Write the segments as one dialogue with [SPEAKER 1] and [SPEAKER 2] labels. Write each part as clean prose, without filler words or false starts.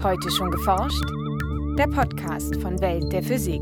[SPEAKER 1] Heute schon geforscht? Der Podcast von Welt der Physik.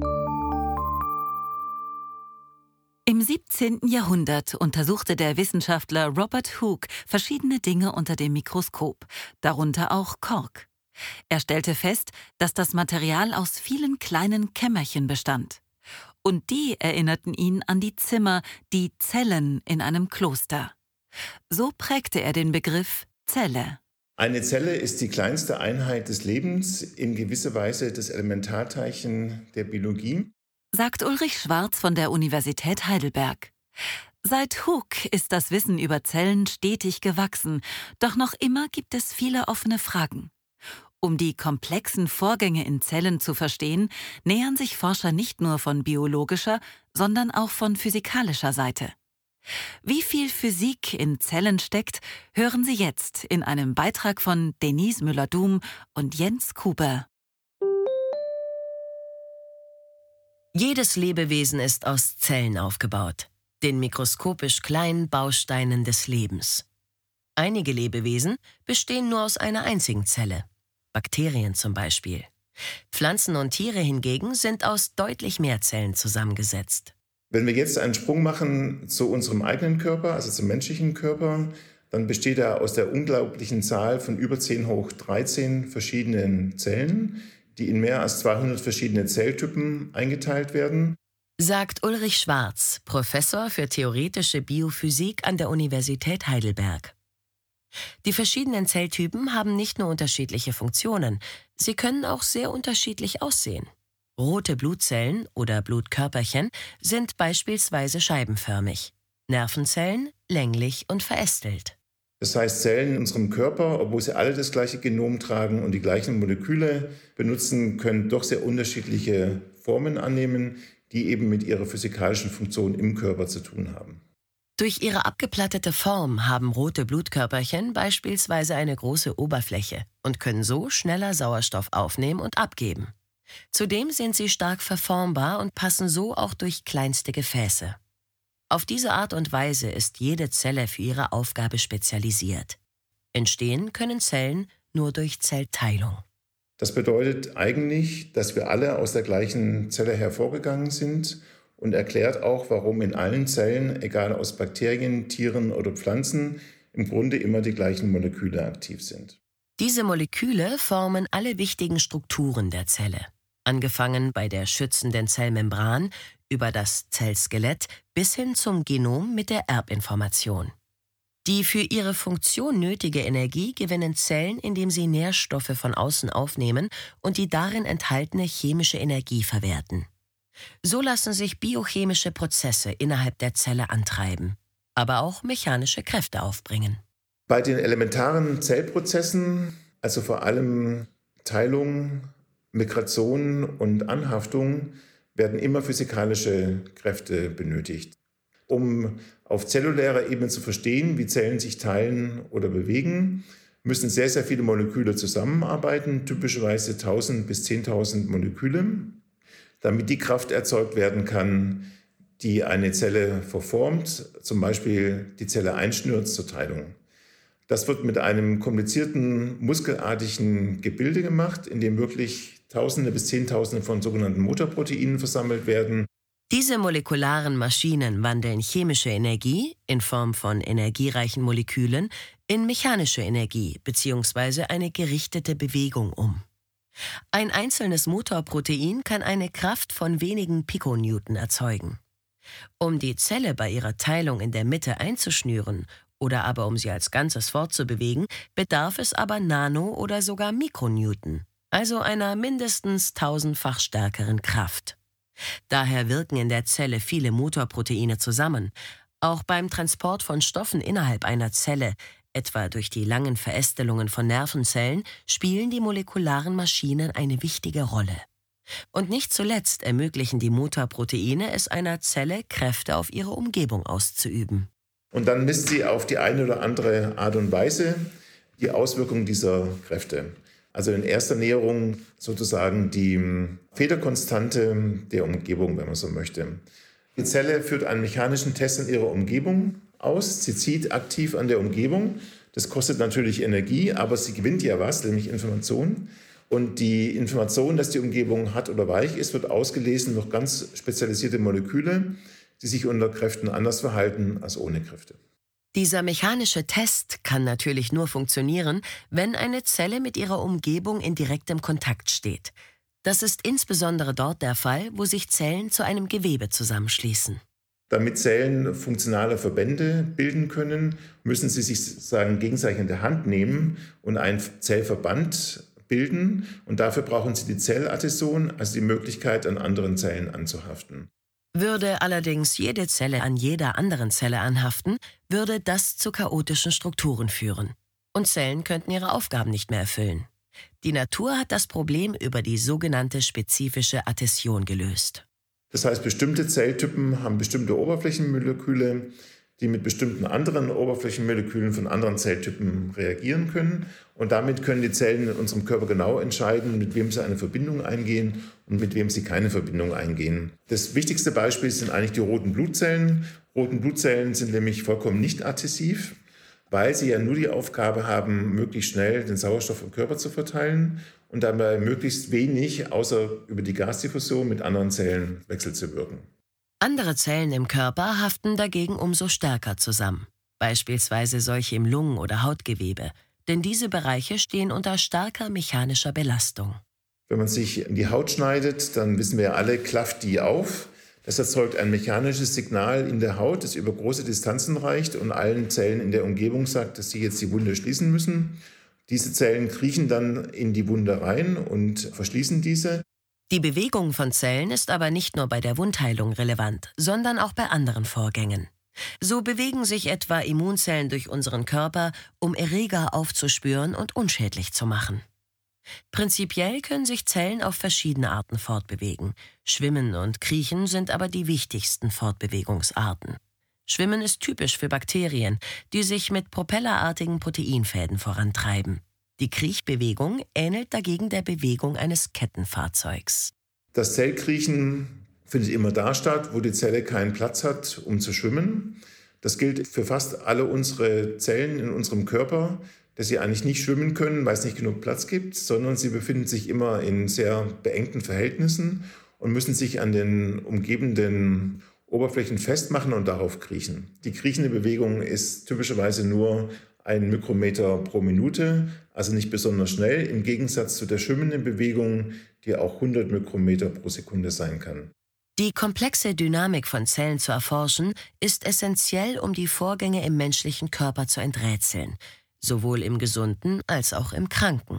[SPEAKER 2] Im 17. Jahrhundert untersuchte der Wissenschaftler Robert Hooke verschiedene Dinge unter dem Mikroskop, darunter auch Kork. Er stellte fest, dass das Material aus vielen kleinen Kämmerchen bestand. Und die erinnerten ihn an die Zimmer, die Zellen in einem Kloster. So prägte er den Begriff Zelle.
[SPEAKER 3] Eine Zelle ist die kleinste Einheit des Lebens, in gewisser Weise das Elementarteilchen der Biologie,
[SPEAKER 2] sagt Ulrich Schwarz von der Universität Heidelberg. Seit Hooke ist das Wissen über Zellen stetig gewachsen, doch noch immer gibt es viele offene Fragen. Um die komplexen Vorgänge in Zellen zu verstehen, nähern sich Forscher nicht nur von biologischer, sondern auch von physikalischer Seite. Wie viel Physik in Zellen steckt, hören Sie jetzt in einem Beitrag von Denise Müller-Dum und Jens Kuber.
[SPEAKER 4] Jedes Lebewesen ist aus Zellen aufgebaut, den mikroskopisch kleinen Bausteinen des Lebens. Einige Lebewesen bestehen nur aus einer einzigen Zelle, Bakterien zum Beispiel. Pflanzen und Tiere hingegen sind aus deutlich mehr Zellen zusammengesetzt.
[SPEAKER 3] Wenn wir jetzt einen Sprung machen zu unserem eigenen Körper, also zum menschlichen Körper, dann besteht er aus der unglaublichen Zahl von über 10 hoch 13 verschiedenen Zellen, die in mehr als 200 verschiedene Zelltypen eingeteilt werden.
[SPEAKER 4] Sagt Ulrich Schwarz, Professor für theoretische Biophysik an der Universität Heidelberg. Die verschiedenen Zelltypen haben nicht nur unterschiedliche Funktionen, sie können auch sehr unterschiedlich aussehen. Rote Blutzellen oder Blutkörperchen sind beispielsweise scheibenförmig, Nervenzellen länglich und verästelt.
[SPEAKER 3] Das heißt, Zellen in unserem Körper, obwohl sie alle das gleiche Genom tragen und die gleichen Moleküle benutzen, können doch sehr unterschiedliche Formen annehmen, die eben mit ihrer physikalischen Funktion im Körper zu tun haben.
[SPEAKER 4] Durch ihre abgeplattete Form haben rote Blutkörperchen beispielsweise eine große Oberfläche und können so schneller Sauerstoff aufnehmen und abgeben. Zudem sind sie stark verformbar und passen so auch durch kleinste Gefäße. Auf diese Art und Weise ist jede Zelle für ihre Aufgabe spezialisiert. Entstehen können Zellen nur durch Zellteilung.
[SPEAKER 3] Das bedeutet eigentlich, dass wir alle aus der gleichen Zelle hervorgegangen sind und erklärt auch, warum in allen Zellen, egal aus Bakterien, Tieren oder Pflanzen, im Grunde immer die gleichen Moleküle aktiv sind.
[SPEAKER 4] Diese Moleküle formen alle wichtigen Strukturen der Zelle. Angefangen bei der schützenden Zellmembran, über das Zellskelett bis hin zum Genom mit der Erbinformation. Die für ihre Funktion nötige Energie gewinnen Zellen, indem sie Nährstoffe von außen aufnehmen und die darin enthaltene chemische Energie verwerten. So lassen sich biochemische Prozesse innerhalb der Zelle antreiben, aber auch mechanische Kräfte aufbringen.
[SPEAKER 3] Bei den elementaren Zellprozessen, also vor allem Teilung, Migration und Anhaftung, werden immer physikalische Kräfte benötigt. Um auf zellulärer Ebene zu verstehen, wie Zellen sich teilen oder bewegen, müssen sehr, sehr viele Moleküle zusammenarbeiten, typischerweise 1000 bis 10.000 Moleküle, damit die Kraft erzeugt werden kann, die eine Zelle verformt, zum Beispiel die Zelle einschnürt zur Teilung. Das wird mit einem komplizierten, muskelartigen Gebilde gemacht, in dem wirklich Tausende bis Zehntausende von sogenannten Mutterproteinen versammelt werden.
[SPEAKER 4] Diese molekularen Maschinen wandeln chemische Energie in Form von energiereichen Molekülen in mechanische Energie bzw. eine gerichtete Bewegung um. Ein einzelnes Motorprotein kann eine Kraft von wenigen Pikonewton erzeugen. Um die Zelle bei ihrer Teilung in der Mitte einzuschnüren oder aber um sie als Ganzes fortzubewegen, bedarf es aber Nano- oder sogar Mikronewton, also einer mindestens 1000-fach stärkeren Kraft. Daher wirken in der Zelle viele Motorproteine zusammen. Auch beim Transport von Stoffen innerhalb einer Zelle, etwa durch die langen Verästelungen von Nervenzellen, spielen die molekularen Maschinen eine wichtige Rolle. Und nicht zuletzt ermöglichen die Motorproteine es einer Zelle, Kräfte auf ihre Umgebung auszuüben.
[SPEAKER 3] Und dann misst sie auf die eine oder andere Art und Weise die Auswirkungen dieser Kräfte. Also in erster Näherung sozusagen die Federkonstante der Umgebung, wenn man so möchte. Die Zelle führt einen mechanischen Test in ihrer Umgebung aus. Sie zieht aktiv an der Umgebung. Das kostet natürlich Energie, aber sie gewinnt ja was, nämlich Information. Und die Information, dass die Umgebung hart oder weich ist, wird ausgelesen durch ganz spezialisierte Moleküle, die sich unter Kräften anders verhalten als ohne Kräfte.
[SPEAKER 4] Dieser mechanische Test kann natürlich nur funktionieren, wenn eine Zelle mit ihrer Umgebung in direktem Kontakt steht. Das ist insbesondere dort der Fall, wo sich Zellen zu einem Gewebe zusammenschließen.
[SPEAKER 3] Damit Zellen funktionale Verbände bilden können, müssen sie sich sozusagen gegenseitig in der Hand nehmen und einen Zellverband bilden. Und dafür brauchen sie die Zelladhäsion, also die Möglichkeit, an anderen Zellen anzuhaften.
[SPEAKER 4] Würde allerdings jede Zelle an jeder anderen Zelle anhaften, würde das zu chaotischen Strukturen führen. Und Zellen könnten ihre Aufgaben nicht mehr erfüllen. Die Natur hat das Problem über die sogenannte spezifische Adhäsion gelöst.
[SPEAKER 3] Das heißt, bestimmte Zelltypen haben bestimmte Oberflächenmoleküle, die mit bestimmten anderen Oberflächenmolekülen von anderen Zelltypen reagieren können. Und damit können die Zellen in unserem Körper genau entscheiden, mit wem sie eine Verbindung eingehen und mit wem sie keine Verbindung eingehen. Das wichtigste Beispiel sind eigentlich die roten Blutzellen. Roten Blutzellen sind nämlich vollkommen nicht adhäsiv, weil sie ja nur die Aufgabe haben, möglichst schnell den Sauerstoff im Körper zu verteilen und dabei möglichst wenig, außer über die Gasdiffusion, mit anderen Zellen wechselzuwirken.
[SPEAKER 4] Andere Zellen im Körper haften dagegen umso stärker zusammen, beispielsweise solche im Lungen- oder Hautgewebe, denn diese Bereiche stehen unter starker mechanischer Belastung.
[SPEAKER 3] Wenn man sich in die Haut schneidet, dann wissen wir alle, klafft die auf. Das erzeugt ein mechanisches Signal in der Haut, das über große Distanzen reicht und allen Zellen in der Umgebung sagt, dass sie jetzt die Wunde schließen müssen. Diese Zellen kriechen dann in die Wunde rein und verschließen diese.
[SPEAKER 4] Die Bewegung von Zellen ist aber nicht nur bei der Wundheilung relevant, sondern auch bei anderen Vorgängen. So bewegen sich etwa Immunzellen durch unseren Körper, um Erreger aufzuspüren und unschädlich zu machen. Prinzipiell können sich Zellen auf verschiedene Arten fortbewegen. Schwimmen und Kriechen sind aber die wichtigsten Fortbewegungsarten. Schwimmen ist typisch für Bakterien, die sich mit propellerartigen Proteinfäden vorantreiben. Die Kriechbewegung ähnelt dagegen der Bewegung eines Kettenfahrzeugs.
[SPEAKER 3] Das Zellkriechen findet immer da statt, wo die Zelle keinen Platz hat, um zu schwimmen. Das gilt für fast alle unsere Zellen in unserem Körper, dass sie eigentlich nicht schwimmen können, weil es nicht genug Platz gibt, sondern sie befinden sich immer in sehr beengten Verhältnissen und müssen sich an den umgebenden Oberflächen festmachen und darauf kriechen. Die kriechende Bewegung ist typischerweise nur 1 Mikrometer pro Minute, also nicht besonders schnell, im Gegensatz zu der schwimmenden Bewegung, die auch 100 Mikrometer pro Sekunde sein kann.
[SPEAKER 4] Die komplexe Dynamik von Zellen zu erforschen, ist essentiell, um die Vorgänge im menschlichen Körper zu enträtseln, sowohl im Gesunden als auch im Kranken.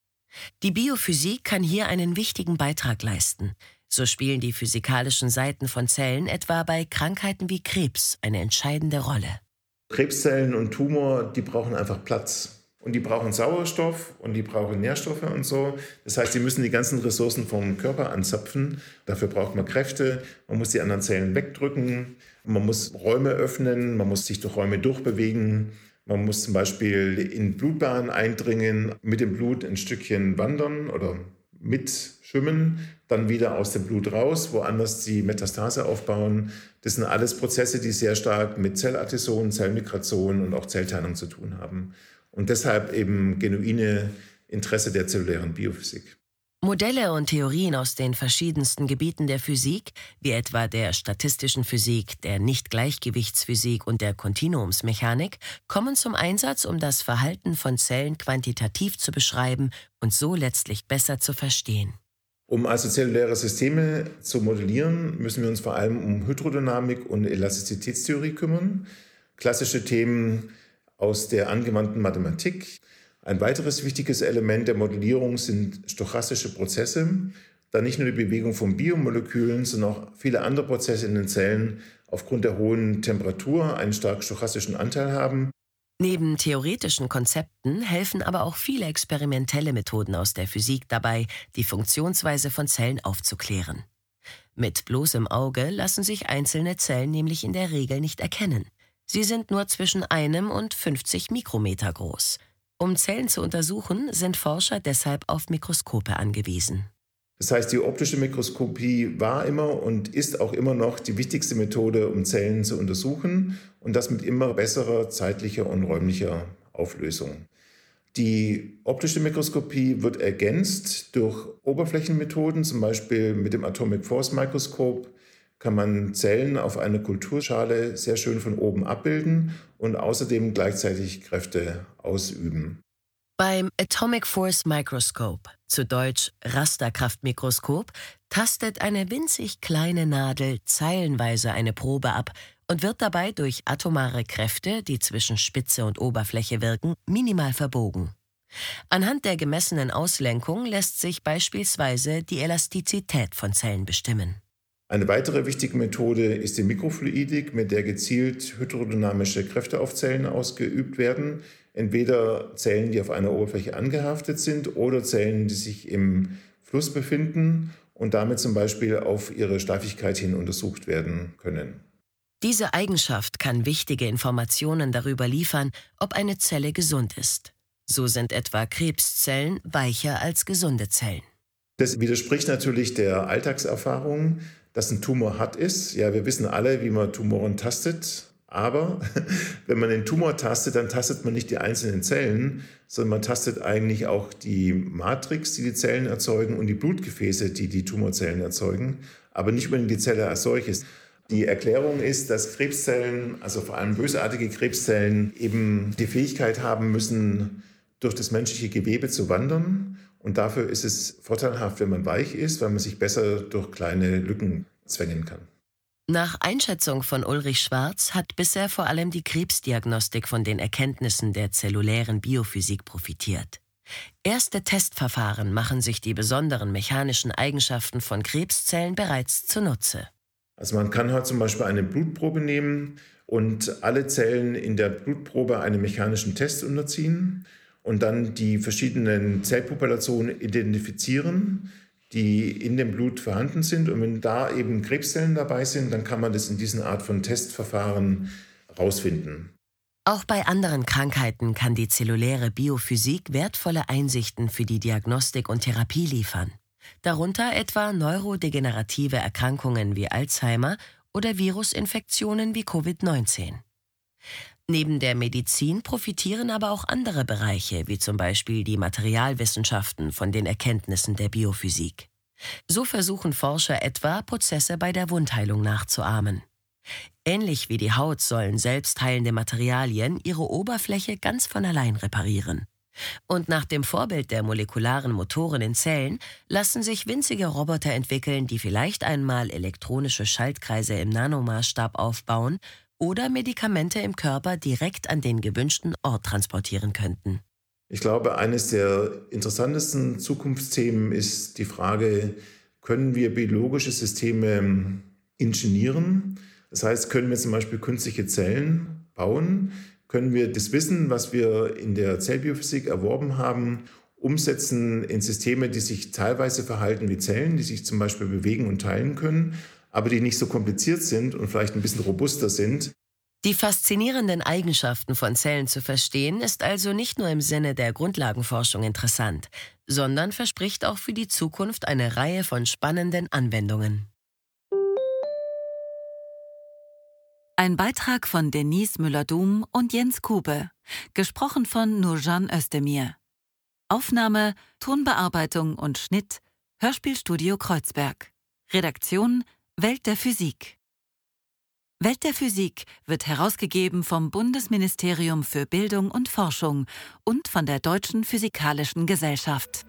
[SPEAKER 4] Die Biophysik kann hier einen wichtigen Beitrag leisten. So spielen die physikalischen Seiten von Zellen etwa bei Krankheiten wie Krebs eine entscheidende Rolle.
[SPEAKER 3] Krebszellen und Tumor, die brauchen einfach Platz. Und die brauchen Sauerstoff und die brauchen Nährstoffe und so. Das heißt, sie müssen die ganzen Ressourcen vom Körper anzapfen. Dafür braucht man Kräfte. Man muss die anderen Zellen wegdrücken. Man muss Räume öffnen. Man muss sich durch Räume durchbewegen. Man muss zum Beispiel in Blutbahnen eindringen, mit dem Blut ein Stückchen wandern oder mitschwimmen, dann wieder aus dem Blut raus, woanders die Metastase aufbauen. Das sind alles Prozesse, die sehr stark mit Zelladhäsion, Zellmigration und auch Zellteilung zu tun haben. Und deshalb eben genuine Interesse der zellulären Biophysik.
[SPEAKER 4] Modelle und Theorien aus den verschiedensten Gebieten der Physik, wie etwa der statistischen Physik, der Nicht-Gleichgewichtsphysik und der Kontinuumsmechanik, kommen zum Einsatz, um das Verhalten von Zellen quantitativ zu beschreiben und so letztlich besser zu verstehen.
[SPEAKER 3] Um also zelluläre Systeme zu modellieren, müssen wir uns vor allem um Hydrodynamik und Elastizitätstheorie kümmern. Klassische Themen aus der angewandten Mathematik. Ein weiteres wichtiges Element der Modellierung sind stochastische Prozesse, da nicht nur die Bewegung von Biomolekülen, sondern auch viele andere Prozesse in den Zellen aufgrund der hohen Temperatur einen stark stochastischen Anteil haben.
[SPEAKER 4] Neben theoretischen Konzepten helfen aber auch viele experimentelle Methoden aus der Physik dabei, die Funktionsweise von Zellen aufzuklären. Mit bloßem Auge lassen sich einzelne Zellen nämlich in der Regel nicht erkennen. Sie sind nur zwischen 1 und 50 Mikrometer groß. Um Zellen zu untersuchen, sind Forscher deshalb auf Mikroskope angewiesen.
[SPEAKER 3] Das heißt, die optische Mikroskopie war immer und ist auch immer noch die wichtigste Methode, um Zellen zu untersuchen und das mit immer besserer zeitlicher und räumlicher Auflösung. Die optische Mikroskopie wird ergänzt durch Oberflächenmethoden, zum Beispiel mit dem Atomic Force Mikroskop kann man Zellen auf einer Kulturschale sehr schön von oben abbilden und außerdem gleichzeitig Kräfte ausüben.
[SPEAKER 4] Beim Atomic Force Microscope, zu Deutsch Rasterkraftmikroskop, tastet eine winzig kleine Nadel zeilenweise eine Probe ab und wird dabei durch atomare Kräfte, die zwischen Spitze und Oberfläche wirken, minimal verbogen. Anhand der gemessenen Auslenkung lässt sich beispielsweise die Elastizität von Zellen bestimmen.
[SPEAKER 3] Eine weitere wichtige Methode ist die Mikrofluidik, mit der gezielt hydrodynamische Kräfte auf Zellen ausgeübt werden. Entweder Zellen, die auf einer Oberfläche angehaftet sind, oder Zellen, die sich im Fluss befinden und damit zum Beispiel auf ihre Steifigkeit hin untersucht werden können.
[SPEAKER 4] Diese Eigenschaft kann wichtige Informationen darüber liefern, ob eine Zelle gesund ist. So sind etwa Krebszellen weicher als gesunde Zellen.
[SPEAKER 3] Das widerspricht natürlich der Alltagserfahrung, dass ein Tumor hart ist. Ja, wir wissen alle, wie man Tumoren tastet. Aber wenn man den Tumor tastet, dann tastet man nicht die einzelnen Zellen, sondern man tastet eigentlich auch die Matrix, die die Zellen erzeugen, und die Blutgefäße, die die Tumorzellen erzeugen, aber nicht unbedingt die Zelle als solches. Die Erklärung ist, dass Krebszellen, also vor allem bösartige Krebszellen, eben die Fähigkeit haben müssen, durch das menschliche Gewebe zu wandern. Und dafür ist es vorteilhaft, wenn man weich ist, weil man sich besser durch kleine Lücken zwängen kann.
[SPEAKER 4] Nach Einschätzung von Ulrich Schwarz hat bisher vor allem die Krebsdiagnostik von den Erkenntnissen der zellulären Biophysik profitiert. Erste Testverfahren machen sich die besonderen mechanischen Eigenschaften von Krebszellen bereits zunutze.
[SPEAKER 3] Also man kann halt zum Beispiel eine Blutprobe nehmen und alle Zellen in der Blutprobe einem mechanischen Test unterziehen und dann die verschiedenen Zellpopulationen identifizieren, die in dem Blut vorhanden sind. Und wenn da eben Krebszellen dabei sind, dann kann man das in diesen Art von Testverfahren rausfinden.
[SPEAKER 4] Auch bei anderen Krankheiten kann die zelluläre Biophysik wertvolle Einsichten für die Diagnostik und Therapie liefern. Darunter etwa neurodegenerative Erkrankungen wie Alzheimer oder Virusinfektionen wie Covid-19. Neben der Medizin profitieren aber auch andere Bereiche, wie zum Beispiel die Materialwissenschaften, von den Erkenntnissen der Biophysik. So versuchen Forscher etwa, Prozesse bei der Wundheilung nachzuahmen. Ähnlich wie die Haut sollen selbstheilende Materialien ihre Oberfläche ganz von allein reparieren. Und nach dem Vorbild der molekularen Motoren in Zellen lassen sich winzige Roboter entwickeln, die vielleicht einmal elektronische Schaltkreise im Nanomaßstab aufbauen oder Medikamente im Körper direkt an den gewünschten Ort transportieren könnten.
[SPEAKER 3] Ich glaube, eines der interessantesten Zukunftsthemen ist die Frage, können wir biologische Systeme ingenieren? Das heißt, können wir zum Beispiel künstliche Zellen bauen? Können wir das Wissen, was wir in der Zellbiophysik erworben haben, umsetzen in Systeme, die sich teilweise verhalten wie Zellen, die sich zum Beispiel bewegen und teilen können, aber die nicht so kompliziert sind und vielleicht ein bisschen robuster sind?
[SPEAKER 4] Die faszinierenden Eigenschaften von Zellen zu verstehen, ist also nicht nur im Sinne der Grundlagenforschung interessant, sondern verspricht auch für die Zukunft eine Reihe von spannenden Anwendungen.
[SPEAKER 2] Ein Beitrag von Denise Müller-Dum und Jens Kube, gesprochen von Nurcan Özdemir. Aufnahme, Tonbearbeitung und Schnitt, Hörspielstudio Kreuzberg. Redaktion, Welt der Physik. Welt der Physik wird herausgegeben vom Bundesministerium für Bildung und Forschung und von der Deutschen Physikalischen Gesellschaft.